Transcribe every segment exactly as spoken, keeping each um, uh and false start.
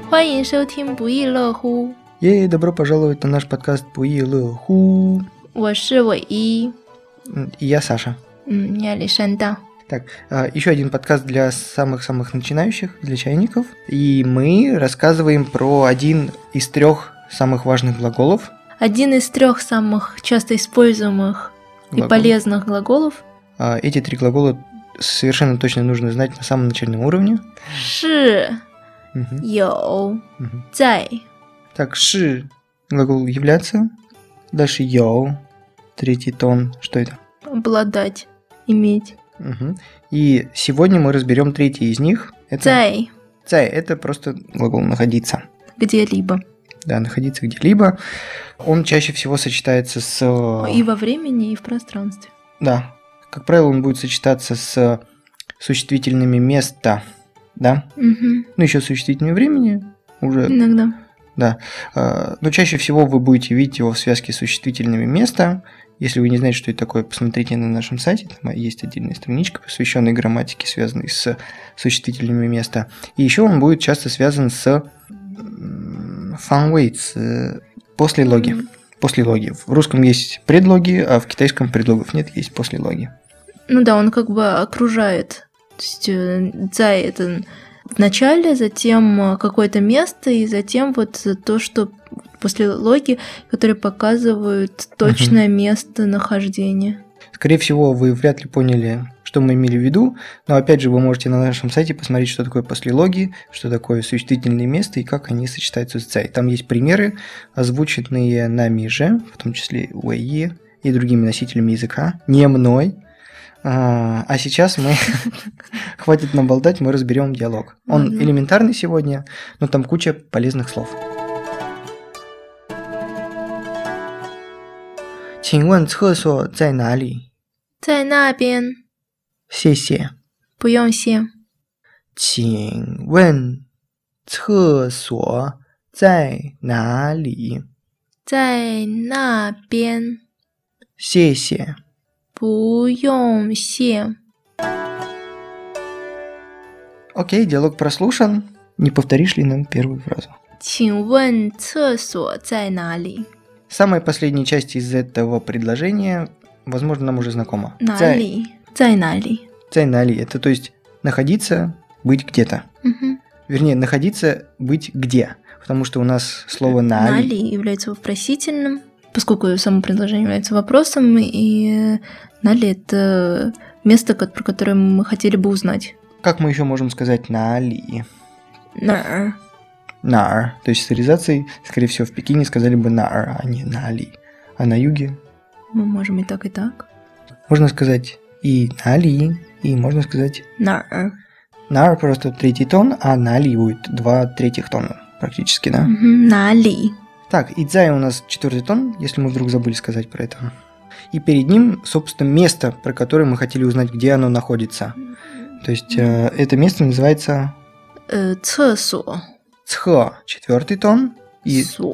欢迎收听不亦乐乎。 Ей, добро пожаловать на наш подкаст «不亦乐乎». 我是伟一。 И я Саша. 嗯，я Алишанда. Так, еще один подкаст для самых-самых начинающих, для чайников. И мы рассказываем про один из трех самых важных глаголов. Один из трех самых часто используемых Глагол. и полезных глаголов. Эти три глагола совершенно точно нужно знать на самом начальном уровне. 是, угу. 有, угу. 在. Так, ши глагол являться. Дальше йоу. Третий тон. Что это? Обладать, иметь. Угу. И сегодня мы разберем третий из них. Это... 在. 在. Это просто глагол находиться. Где-либо. Да, находиться где-либо. Он чаще всего сочетается с... И во времени, и в пространстве. Да. Как правило, он будет сочетаться с существительными места. Да? Угу. Ну, еще существительными времени. Уже... Иногда. Да. Но чаще всего вы будете видеть его в связке с существительными места. Если вы не знаете, что это такое, посмотрите на нашем сайте. Там есть отдельная страничка, посвященная грамматике, связанной с существительными места. И еще он будет часто связан с фанвей, с послелоги. Mm-hmm. Послелоги. В русском есть предлоги, а в китайском предлогов нет, есть послелоги. Ну да, он как бы окружает. То есть «цай» — это в начале, затем какое-то место, и затем вот то, что послелоги, которые показывают точное uh-huh. место нахождения. Скорее всего, вы вряд ли поняли, что мы имели в виду, но опять же вы можете на нашем сайте посмотреть, что такое послелоги, что такое существительное место и как они сочетаются с «цай». Там есть примеры, озвученные нами же, в том числе Уэйи и другими носителями языка, не мной. А сейчас мы, хватит нам болтать, мы разберем диалог. Он mm-hmm. элементарный сегодня, но там куча полезных слов. 请问厕所在哪里？ 在那边。 谢谢。 不用谢。 请问厕所在哪里？ 在那边。 谢谢。 不用谢. Окей, диалог прослушан. Не повторишь ли нам первую фразу? 请问厕所在哪里? Самая последняя часть из этого предложения, возможно, нам уже знакома. 哪里? 在哪里? 在哪里? Это то есть находиться, быть где-то. Угу. Вернее, находиться, быть где. Потому что у нас слово «на ли». «На ли» является вопросительным, поскольку само предложение является вопросом, и «на ли» — это место, про которое мы хотели бы узнать. Как мы еще можем сказать «на ли»? «На». «На». То есть с реализацией, скорее всего, в Пекине сказали бы «на», а не «на ли». А на юге? Мы можем и так, и так. Можно сказать и «на ли», и можно сказать «на». «На» просто третий тон, а «на ли» будет два третьих тона практически, да? Угу, «на ли». Так, и «цай» у нас четвертый тон, если мы вдруг забыли сказать про это. И перед ним, собственно, место, про которое мы хотели узнать, где оно находится. То есть э, это место называется... Э, 厕所. Цхэ, четвертый тон. И... Со,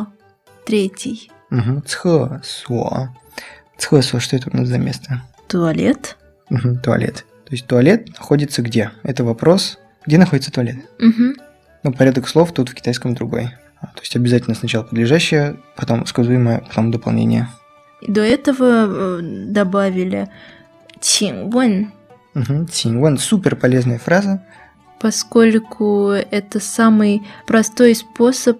третий. Угу, цхэ, со. Цхэ, со, что это у нас за место? Туалет. Угу, туалет. То есть туалет находится где? Это вопрос. Где находится туалет? Угу. Но порядок слов тут в китайском другой. То есть обязательно сначала подлежащее, потом сказуемое, потом дополнение. До этого добавили 请问. Угу, 请问, супер полезная фраза. Поскольку это самый простой способ,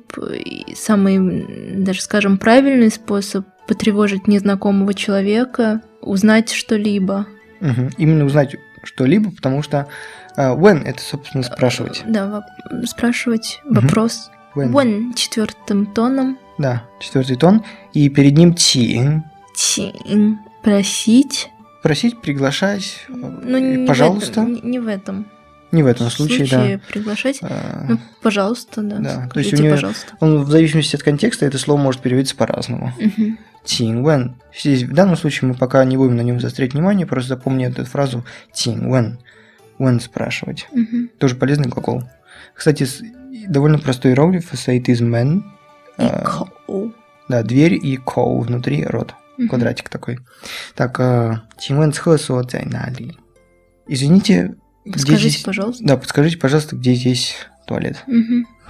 самый, даже скажем, правильный способ потревожить незнакомого человека, узнать что-либо. Угу, именно узнать что-либо, потому что uh, when это, собственно, спрашивать. Да, спрашивать, вопрос. When. When четвертым тоном. Да, четвертый тон. И перед ним тин. Тин. Просить. Просить, приглашать. Ну, не пожалуйста. В этом, не, не в этом. Не в этом случае, случае да. приглашать. А... Ну, пожалуйста, да. Да. Скажите, то есть у него, пожалуйста. Он в зависимости от контекста это слово может переводиться по-разному. Угу. Тин when. Здесь в данном случае мы пока не будем на нем заострять внимание, просто запомни эту фразу тин when. When спрашивать. Угу. Тоже полезный глагол. Кстати, довольно простой иероглиф. Say it is man. И а, коу. Да, дверь и коу внутри рот. Угу. Квадратик такой. Так, тин when цхэ со цай на ли. Извините. Подскажите, здесь... пожалуйста. Да, подскажите, пожалуйста, где здесь туалет. Угу.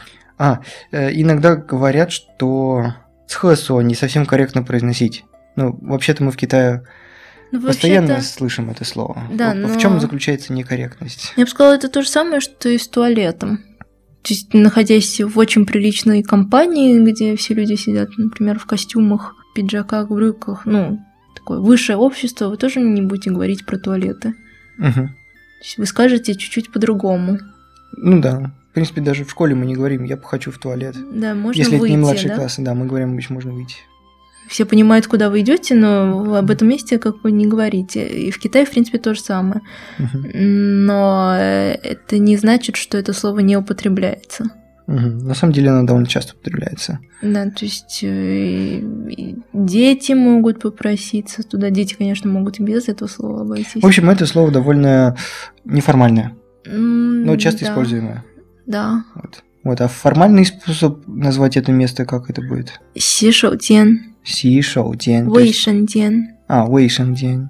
А, э, иногда говорят, что цхэсо не совсем корректно произносить. Ну, вообще-то мы в Китае Ну, постоянно вообще-то, слышим это слово. Да, В, но- в чем заключается некорректность? я бы сказала, это то же самое, что и с туалетом. То есть, находясь в очень приличной компании, где все люди сидят, например, в костюмах, пиджаках, брюках, ну, такое высшее общество, вы тоже не будете говорить про туалеты. Мгм. То есть вы скажете чуть-чуть по-другому. Ну да. В принципе, даже в школе мы не говорим «я хочу в туалет». Да, можно Если выйти, это не младшие да? классы, да, мы говорим «еще можно выйти». Все понимают, куда вы идете, но вы об этом месте как бы не говорите. И в Китае, в принципе, то же самое. Мгм. Но э, это не значит, что это слово не употребляется. Мгм. На самом деле оно довольно часто употребляется. Да, то есть э, и дети могут попроситься туда. Дети, конечно, могут и без этого слова обойтись. В общем, это слово довольно неформальное, М, но часто да, используемое. Да. Вот. Вот. А формальный способ назвать это место, как это будет? 洗手间, Си шоу день. 卫生间. А, вэй шэн день.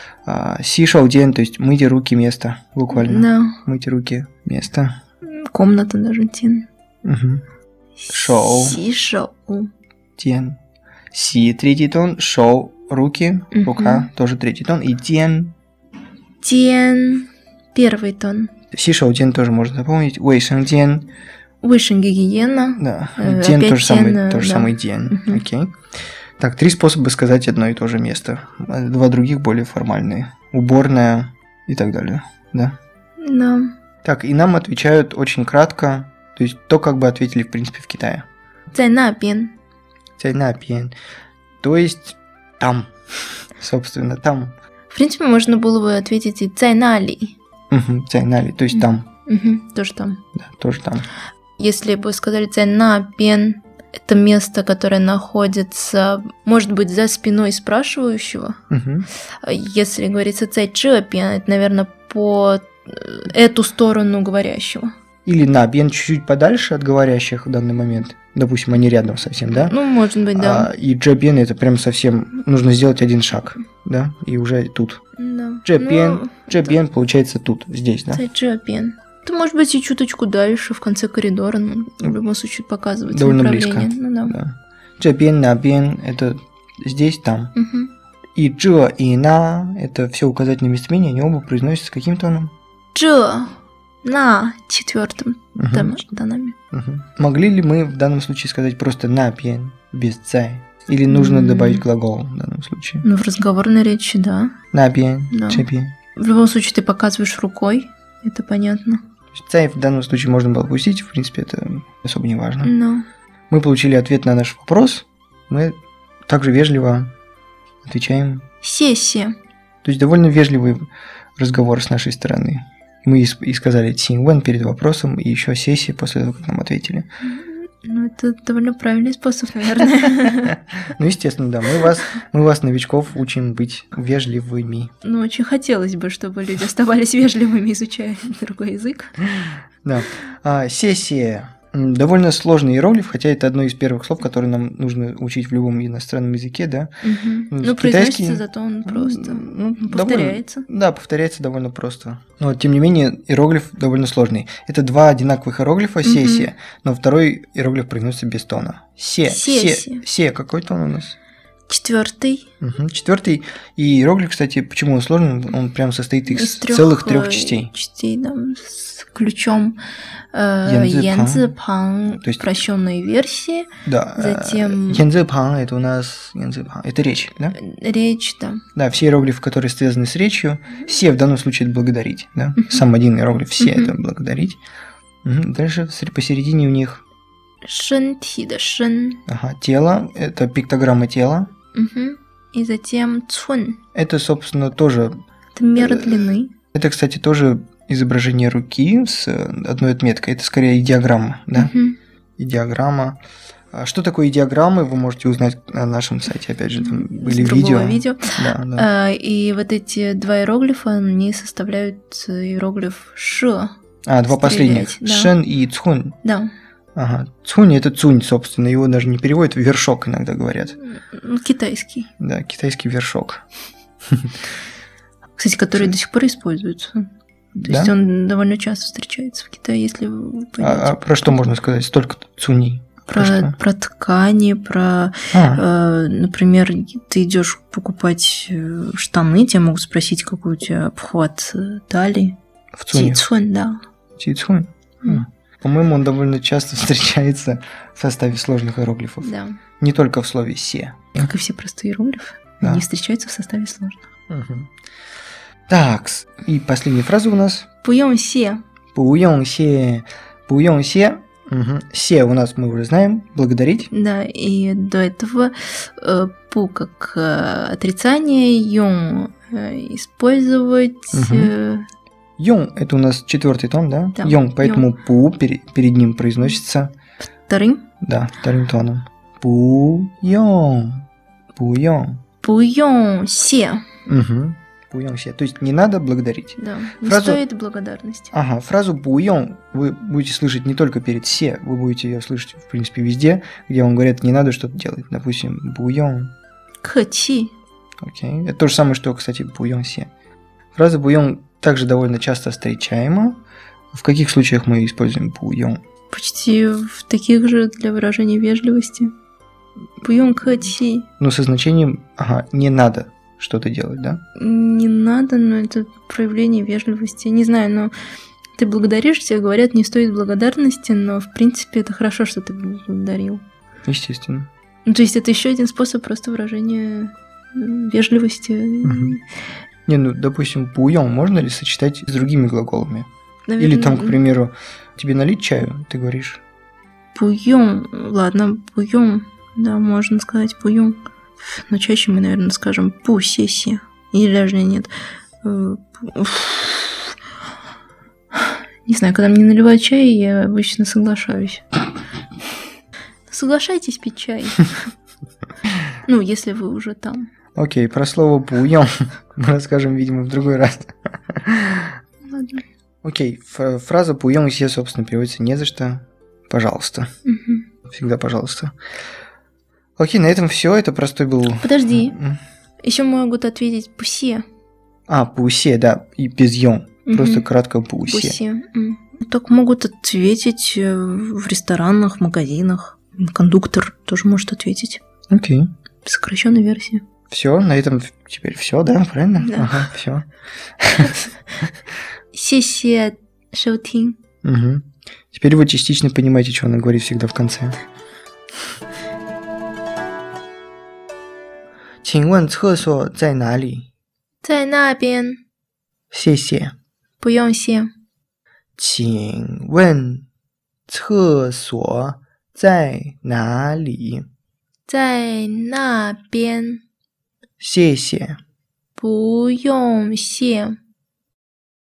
Си шоу день, то есть мыть руки место, буквально. Да. Мыть руки место. Комната даже тен. Угу. Шоу. 洗手. День. Си третий тон, шоу руки, Мгм. рука тоже третий тон, и день. 间 первый тон. Си шоу день тоже можно запомнить. Вэй шэн день. 卫生 гигиена. Да. Э, День опять тоже самый, день, тоже да. самый день. Мгм. Окей. Так, три способа сказать одно и то же место. Два других более формальные. Уборная и так далее. Да. Да. Так, и нам отвечают очень кратко, то есть то, как бы ответили, в принципе, в Китае. 在那边. Цайнапиен. То есть там. Собственно, там. В принципе, можно было бы ответить и 在那里. Угу, цайнали, то есть Мгм. там. Мгм, тоже там. Да, тоже там. Если бы сказали 在那边, это место, которое находится, может быть, за спиной спрашивающего. Угу. А Если говорится 在这边, это, наверное, по э, эту сторону говорящего. Или на бен чуть-чуть подальше от говорящих в данный момент. Допустим, они рядом совсем, да? Ну, может быть, да. А, и джебен это прям совсем нужно сделать один шаг, да? И уже тут. Да. Джебен, Ну, джебен получается тут, здесь, да? 在这边. Это может быть и чуточку дальше, в конце коридора, но в любом случае показывает Довольно направление. близко. Ну да. Да. Джебен, на бен это здесь, там. Мгм. И джо, и на это все указательные местоимения, они оба произносятся каким тоном? 这 на четвертом Мгм. тон- тонами. Мгм. Могли ли мы в данном случае сказать просто на бен без цай? Или нужно М. добавить глагол в данном случае? Ну, в разговорной речи, да. На бен, Да. джебен. В любом случае, ты показываешь рукой, это понятно. То есть цай в данном случае можно было пустить, в принципе, это особо не важно. Но Мы получили ответ на наш вопрос, мы также вежливо отвечаем. 谢谢. То есть довольно вежливый разговор с нашей стороны. Мы и с- и сказали «Цинвэн» перед вопросом, и еще сессия после того, как нам ответили. Ну, это довольно правильный способ, наверное. Ну, естественно, да, мы вас, мы вас, новичков, учим быть вежливыми. Ну, очень хотелось бы, чтобы люди оставались вежливыми, изучая другой язык. Да. А, сессия. М, Довольно сложный иероглиф, хотя это одно из первых слов, которые нам нужно учить в любом иностранном языке, да. Мгм. Ну, Ну, китайский- произносится зато он просто. Ну, довольно- Повторяется. Да, повторяется довольно просто. Но, тем не менее, иероглиф довольно сложный. Это два одинаковых иероглифа, Мгм. сессия, но второй иероглиф произносится без тона. Се, се, Сессия. се, какой тон у нас? Четвертый. Угу. Четвертый. И иероглиф, кстати, почему он сложный? Он прям состоит из, Из трёх, целых трех э, частей. Частей, да, с ключом. Янзы Янзы пан, То есть- упрощенные версии. Да. затем- Янзэпан, это у нас янзэпан, это речь, да? Речь, да. Да, все иероглифы, которые связаны с речью. Се в данном случае это благодарить, да? Мгм. Сам один иероглиф се Мгм. это благодарить. Мгм. Дальше сре- посередине у них Шенти, да, шен. ага, тело, это пиктограмма тела. Мгм. И затем цун. Это, собственно, тоже, Это мера Э, длины. это, кстати, тоже изображение руки с э, одной отметкой. Это скорее идиограмма, да? Мгм. Идиограмма. А что такое идиограммы, вы можете узнать на нашем сайте, опять же, там были С другого видео. видео. Да, да. А, И вот эти два иероглифа, они составляют э, иероглиф ш. А, два стрелять, последних. да. Шен и цхун. Да, Ага. Цунь это цунь, собственно, его даже не переводят, вершок иногда говорят. ну, китайский. Да, китайский вершок. Кстати, который до сих пор используется. То да? есть он довольно часто встречается в Китае, если вы поймете. А, а про что можно сказать? Столько цуни. Про, про, про ткани, про, а. э, например, ты идешь покупать штаны, тебя могут спросить, какой у тебя обхват талии. В цуне. Цицун, да. Цицун. Mm. По-моему, он довольно часто встречается в составе сложных иероглифов. Да. Не только в слове «се». Как и все простые иероглифы, да. они встречаются в составе сложных. Угу. Так, и последняя фраза у нас. 不用谢. 不用谢. 不用谢. Угу. «Се» у нас мы уже знаем. Благодарить. Да, и до этого э, «пу» как э, отрицание, «юн» э, использовать... Угу. Э... «Юн» — это у нас четвертый тон, да? Да. «Юн», поэтому «пу» перед, перед ним произносится... Вторым? Да, вторым тоном. «Пу юн». «Пу юн». 不用谢. Угу. «Пуйон-се». То есть не надо благодарить. Да, не фразу... стоит благодарности. Ага, фразу «пуйон» вы будете слышать не только перед «се», вы будете ее слышать, в принципе, везде, где вам говорят, не надо что-то делать. Допустим, «пуйон». 客气. Окей. Это то же самое, что, кстати, «пуйон-се». Фраза «пуйон» также довольно часто встречаема. В каких случаях мы используем «пуйон»? Почти в таких же для выражения вежливости. 不用客气. Ну, со значением «ага, не надо что-то делать», да? Не надо, но это проявление вежливости. Не знаю, но ты благодаришь, тебе говорят, не стоит благодарности, но в принципе это хорошо, что ты благодарил. Естественно. Ну, то есть это еще один способ просто выражения вежливости. Угу. Не, ну, допустим, «пуйон» можно ли сочетать с другими глаголами? Наверное, или там, к примеру, тебе налить чаю, ты говоришь 不用, ладно, 不用, да, можно сказать 不用. Но чаще мы, наверное, скажем 不谢谢. Или даже нет. Не знаю, когда мне наливают чай, я обычно соглашаюсь. Соглашайтесь пить чай. Ну, если вы уже там. Окей, про слово «пуйон» мы расскажем, видимо, в другой раз. Ладно. Окей, фраза «пуйон» все, собственно, переводится «не за что». Пожалуйста. Угу. Всегда пожалуйста. Окей, на этом все. Это простой был... Подожди. Еще могут ответить «пусе». А, «пусе», да, и без «ён». Угу. Просто кратко «пусе». «Пусе». Так могут ответить в ресторанах, магазинах. Кондуктор тоже может ответить. Окей. Сокращенная версия. Все, на этом теперь все, да, правильно? Да. Ага, все. 谢谢收听. Угу. Теперь вы частично понимаете, что она говорит всегда в конце. 请问厕所在哪里？ 在那边。 谢谢。 不用谢。 请问厕所在哪里？ 在那边。 谢谢。 不用谢。